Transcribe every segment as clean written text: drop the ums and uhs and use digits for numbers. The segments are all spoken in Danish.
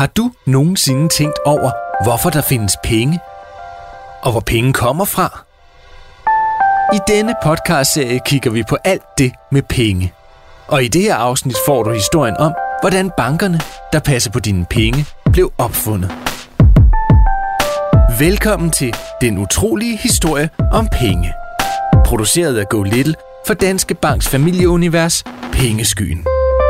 Har du nogensinde tænkt over, hvorfor der findes penge? Og hvor penge kommer fra? I denne podcastserie kigger vi på alt det med penge. Og i det her afsnit får du historien om, hvordan bankerne, der passer på dine penge, blev opfundet. Velkommen til Den utrolige historie om penge. Produceret af Go Little for Danske Banks familieunivers Pengeskyen.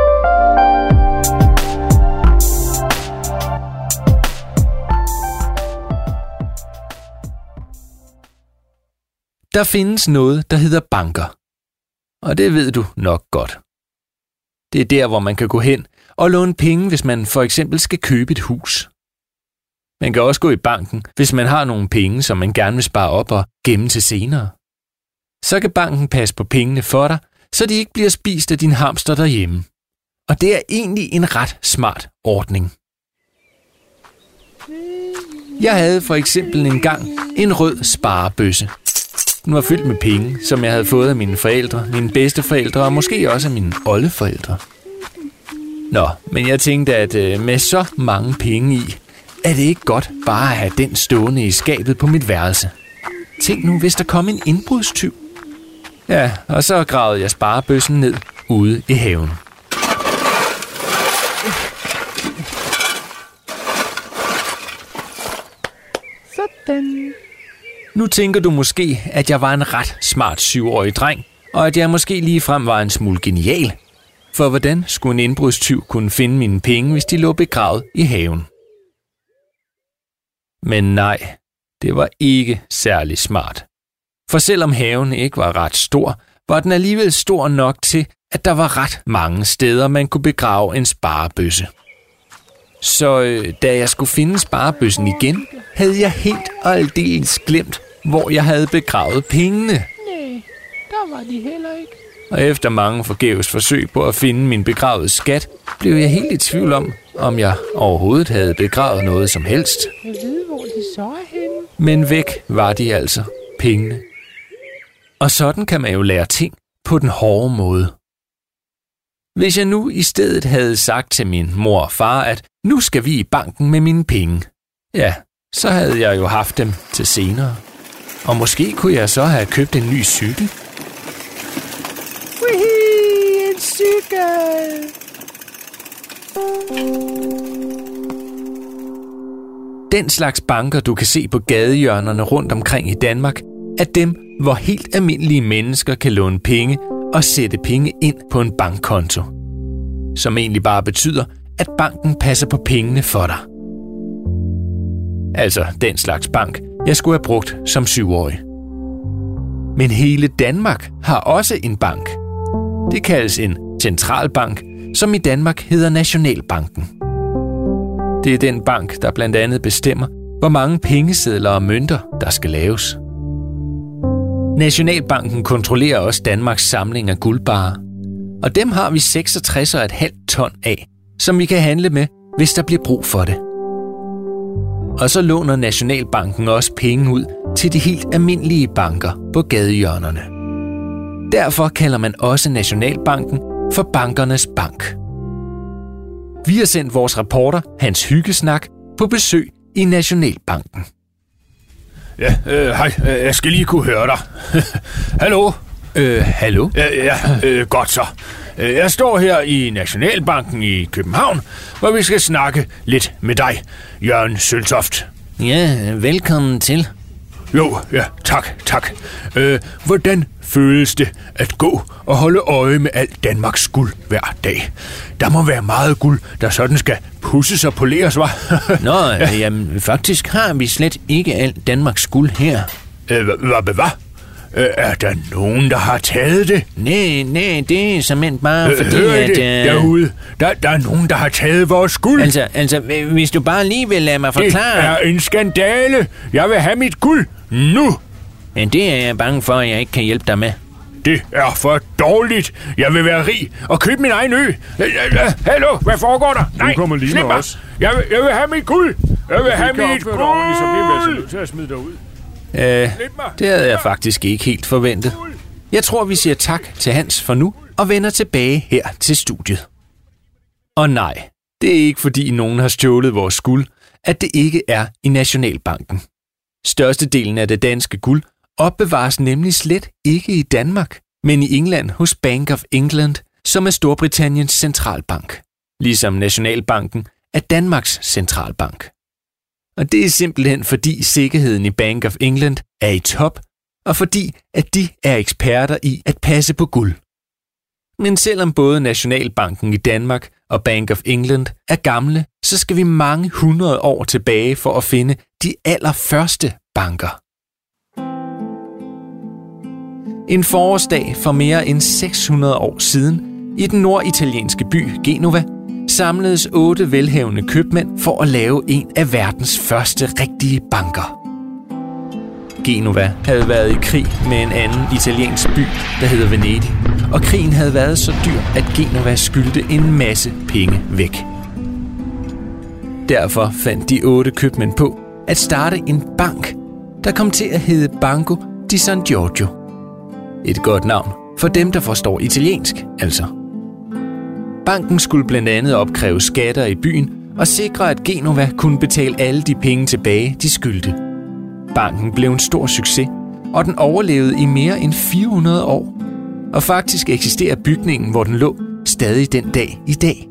Der findes noget, der hedder banker. Og det ved du nok godt. Det er der, hvor man kan gå hen og låne penge, hvis man for eksempel skal købe et hus. Man kan også gå i banken, hvis man har nogle penge, som man gerne vil spare op og gemme til senere. Så kan banken passe på pengene for dig, så de ikke bliver spist af din hamster derhjemme. Og det er egentlig en ret smart ordning. Jeg havde for eksempel engang en rød sparebøsse. Den var fyldt med penge, som jeg havde fået af mine forældre, mine bedsteforældre og måske også af mine oldeforældre. Nå, men jeg tænkte, at med så mange penge i, er det ikke godt bare at have den stående i skabet på mit værelse. Tænk nu, hvis der kom en indbrudstyv. Ja, og så gravede jeg sparebøssen ned ude i haven. Sådan. Nu tænker du måske, at jeg var en ret smart 7-årig dreng, og at jeg måske ligefrem var en smule genial. For hvordan skulle en indbrudstyv kunne finde mine penge, hvis de lå begravet i haven? Men nej, det var ikke særlig smart. For selvom haven ikke var ret stor, var den alligevel stor nok til, at der var ret mange steder, man kunne begrave en sparebøsse. Så da jeg skulle finde sparebøssen igen, havde jeg helt og aldeles glemt, hvor jeg havde begravet pengene. Nej, der var de heller ikke. Og efter mange forgæves forsøg på at finde min begravede skat, blev jeg helt i tvivl om jeg overhovedet havde begravet noget som helst. Jeg ved, hvor de så er henne. Men væk var de altså, pengene. Og sådan kan man jo lære ting på den hårde måde. Hvis jeg nu i stedet havde sagt til min mor og far, at nu skal vi i banken med mine penge, ja, så havde jeg jo haft dem til senere. Og måske kunne jeg så have købt en ny cykel. Wihii, en cykel! Den slags banker, du kan se på gadehjørnerne rundt omkring i Danmark, er dem, hvor helt almindelige mennesker kan låne penge og sætte penge ind på en bankkonto. Som egentlig bare betyder, at banken passer på pengene for dig. Altså den slags bank, jeg skulle have brugt som 7-årig. Men hele Danmark har også en bank. Det kaldes en centralbank, som i Danmark hedder Nationalbanken. Det er den bank, der blandt andet bestemmer, hvor mange pengesedler og mønter, der skal laves. Nationalbanken kontrollerer også Danmarks samling af guldbarrer, og dem har vi 66,5 ton af, som vi kan handle med, hvis der bliver brug for det. Og så låner Nationalbanken også penge ud til de helt almindelige banker på gadehjørnerne. Derfor kalder man også Nationalbanken for bankernes bank. Vi har sendt vores reporter Hans Hyggesnak på besøg i Nationalbanken. Ja, hej. Jeg skal lige kunne høre dig. Hallo? Hallo? Godt så. Jeg står her i Nationalbanken i København, hvor vi skal snakke lidt med dig, Jørgen Søltoft. Ja, velkommen til. Jo, ja, tak. Hvordan føles det at gå og holde øje med alt Danmarks guld hver dag? Der må være meget guld, der sådan skal pudses og poleres, hva'? Nå, jamen faktisk har vi slet ikke alt Danmarks guld her. Hvad? Er der nogen, der har taget det? Nej, det er simpelthen bare fordi, at... derude. Der er nogen, der har taget vores guld. Altså, hvis du bare lige vil lade mig forklare... Det er en skandale. Jeg vil have mit guld nu. Men det er jeg bange for, at jeg ikke kan hjælpe dig med. Det er for dårligt. Jeg vil være rig og købe min egen ø. Hallo, hvad foregår der? Nej, kommer lige med os. Jeg vil have mit guld. Jeg vil have mit guld. Så bliver vi altså nødt til at smide dig ud. Det havde jeg faktisk ikke helt forventet. Jeg tror, vi siger tak til Hans for nu og vender tilbage her til studiet. Og nej, Det er ikke fordi nogen har stjålet vores guld, at det ikke er i Nationalbanken. Størstedelen af det danske guld opbevares nemlig slet ikke i Danmark, men i England hos Bank of England, som er Storbritanniens centralbank. Ligesom Nationalbanken er Danmarks centralbank. Og det er simpelthen fordi sikkerheden i Bank of England er i top, og fordi at de er eksperter i at passe på guld. Men selvom både Nationalbanken i Danmark og Bank of England er gamle, så skal vi mange 100 år tilbage for at finde de allerførste banker. En forårsdag for mere end 600 år siden i den norditalienske by Genova samledes 8 velhavende købmænd for at lave en af verdens første rigtige banker. Genova havde været i krig med en anden italiensk by, der hedder Venedig, og krigen havde været så dyr, at Genova skyldte en masse penge væk. Derfor fandt de 8 købmænd på at starte en bank, der kom til at hedde Banco di San Giorgio. Et godt navn for dem, der forstår italiensk, altså. Banken skulle blandt andet opkræve skatter i byen og sikre, at Genova kunne betale alle de penge tilbage, de skyldte. Banken blev en stor succes, og den overlevede i mere end 400 år. Og faktisk eksisterer bygningen, hvor den lå, stadig den dag i dag.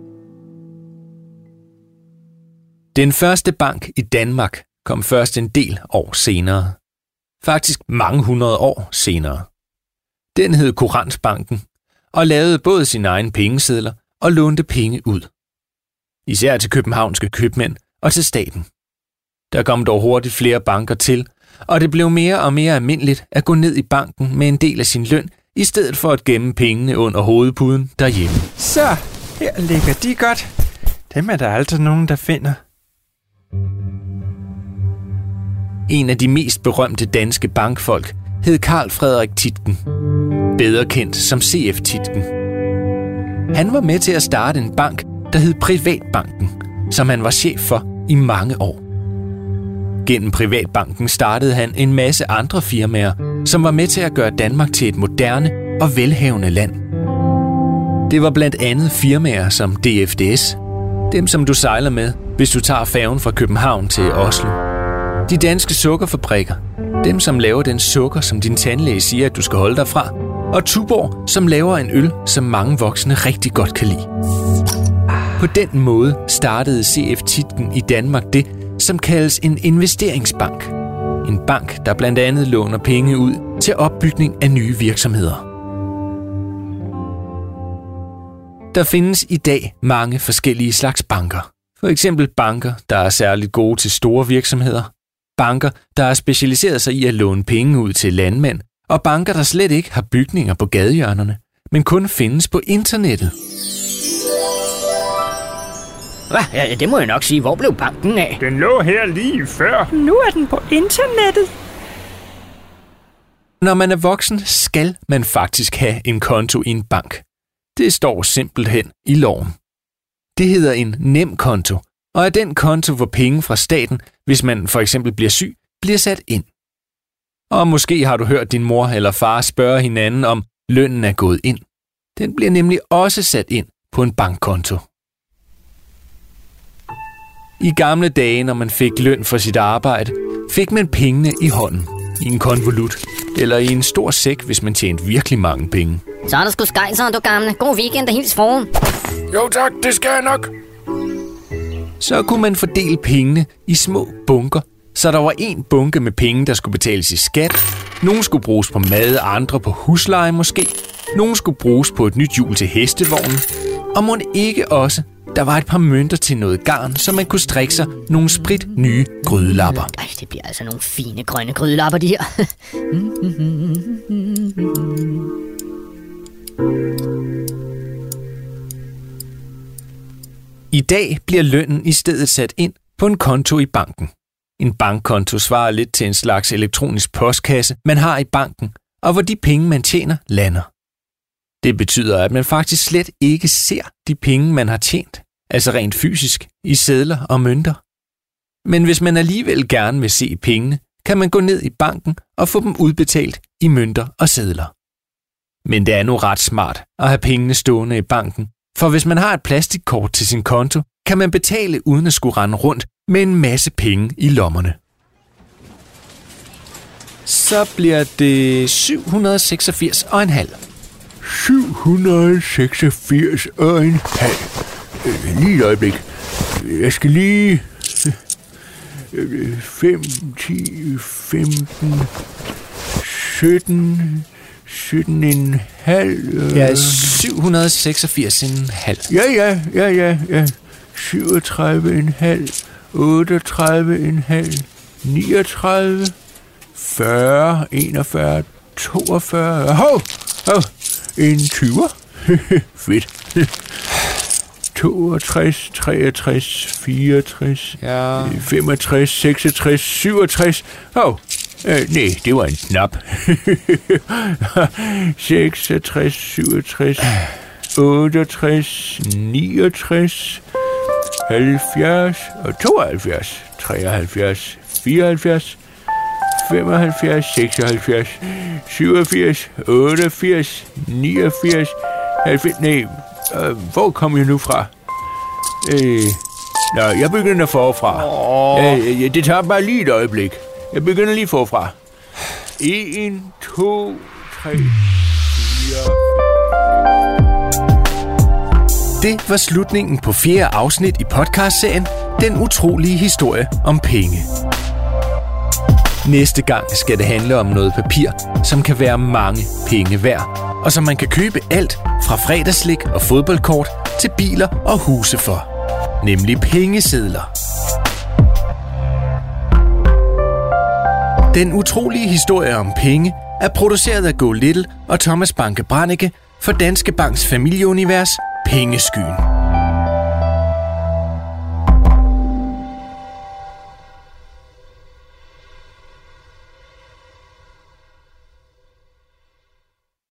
Den første bank i Danmark kom først en del år senere. Faktisk mange 100 år senere. Den hed Courantbanken og lavede både sine egne pengesedler og lånte penge ud. Især til københavnske købmænd og til staten. Der kom dog hurtigt flere banker til, og det blev mere og mere almindeligt at gå ned i banken med en del af sin løn, i stedet for at gemme pengene under hovedpuden derhjemme. Så, her ligger de godt. Dem er der aldrig nogen, der finder. En af de mest berømte danske bankfolk hed Carl Frederik Tietgen, bedre kendt som C.F. Tietgen. Han var med til at starte en bank, der hed Privatbanken, som han var chef for i mange år. Gennem Privatbanken startede han en masse andre firmaer, som var med til at gøre Danmark til et moderne og velhavende land. Det var blandt andet firmaer som DFDS, dem som du sejler med, hvis du tager færgen fra København til Oslo. De danske sukkerfabrikker, dem som laver den sukker, som din tandlæge siger, at du skal holde dig fra. Og Tuborg, som laver en øl, som mange voksne rigtig godt kan lide. På den måde startede C.F. Tietgen i Danmark det, som kaldes en investeringsbank. En bank, der blandt andet låner penge ud til opbygning af nye virksomheder. Der findes i dag mange forskellige slags banker. For eksempel banker, der er særligt gode til store virksomheder. Banker, der har specialiseret sig i at låne penge ud til landmænd. Og banker, der slet ikke har bygninger på gadehjørnerne, men kun findes på internettet. Ja, det må jeg nok sige. Hvor blev banken af? Den lå her lige før. Nu er den på internettet. Når man er voksen, skal man faktisk have en konto i en bank. Det står simpelthen i loven. Det hedder en nemkonto, og er den konto, hvor penge fra staten, hvis man for eksempel bliver syg, bliver sat ind. Og måske har du hørt din mor eller far spørge hinanden, om lønnen er gået ind. Den bliver nemlig også sat ind på en bankkonto. I gamle dage, når man fik løn for sit arbejde, fik man pengene i hånden, i en konvolut, eller i en stor sæk, hvis man tjente virkelig mange penge. Så er der sgu skejser, du gamle. God weekend og hils foran. Jo tak, det skal jeg nok. Så kunne man fordele pengene i små bunker, så der var en bunke med penge, der skulle betales i skat. Nogle skulle bruges på mad, andre på husleje måske. Nogle skulle bruges på et nyt hjul til hestevognen. Og mon ikke også, der var et par mønter til noget garn, så man kunne strikke sig nogle sprit nye grydelapper. Ej, det bliver altså nogle fine grønne grydelapper, de her. I dag bliver lønnen i stedet sat ind på en konto i banken. En bankkonto svarer lidt til en slags elektronisk postkasse, man har i banken, og hvor de penge, man tjener, lander. Det betyder, at man faktisk slet ikke ser de penge, man har tjent, altså rent fysisk, i sedler og mønter. Men hvis man alligevel gerne vil se pengene, kan man gå ned i banken og få dem udbetalt i mønter og sedler. Men det er nu ret smart at have pengene stående i banken, for hvis man har et plastikkort til sin konto, kan man betale uden at skulle rende rundt med en masse penge i lommerne. Så bliver det 786,5. 786,5. Lige et øjeblik. Jeg skal lige... 5, 10, 15, 17... 17,5... Ja, 786,5. Ja. 37,5, 38,5, 39, 40, 41, 42... Hov! En 20'er. Fedt. 62, 63, 64, Ja. 65, 66, 67... Hov! Nej, det var en knap. 66, 67, 68, 69, 70 og 72, 73, 74, 75, 76, 87, 88, 89, 90... Nej, hvor kom jeg nu fra? Jeg begynder forfra. Det tager bare lige et øjeblik. Jeg begynder lige forfra. 1, 2, 3, 4... Det var slutningen på 4. afsnit i podcastserien Den utrolige historie om penge. Næste gang skal det handle om noget papir, som kan være mange penge værd, og som man kan købe alt fra fredagsslik og fodboldkort til biler og huse for. Nemlig pengesedler. Den utrolige historie om penge er produceret af Go Little og Thomas Banke-Brannicke for Danske Banks familieunivers Pengeskyen.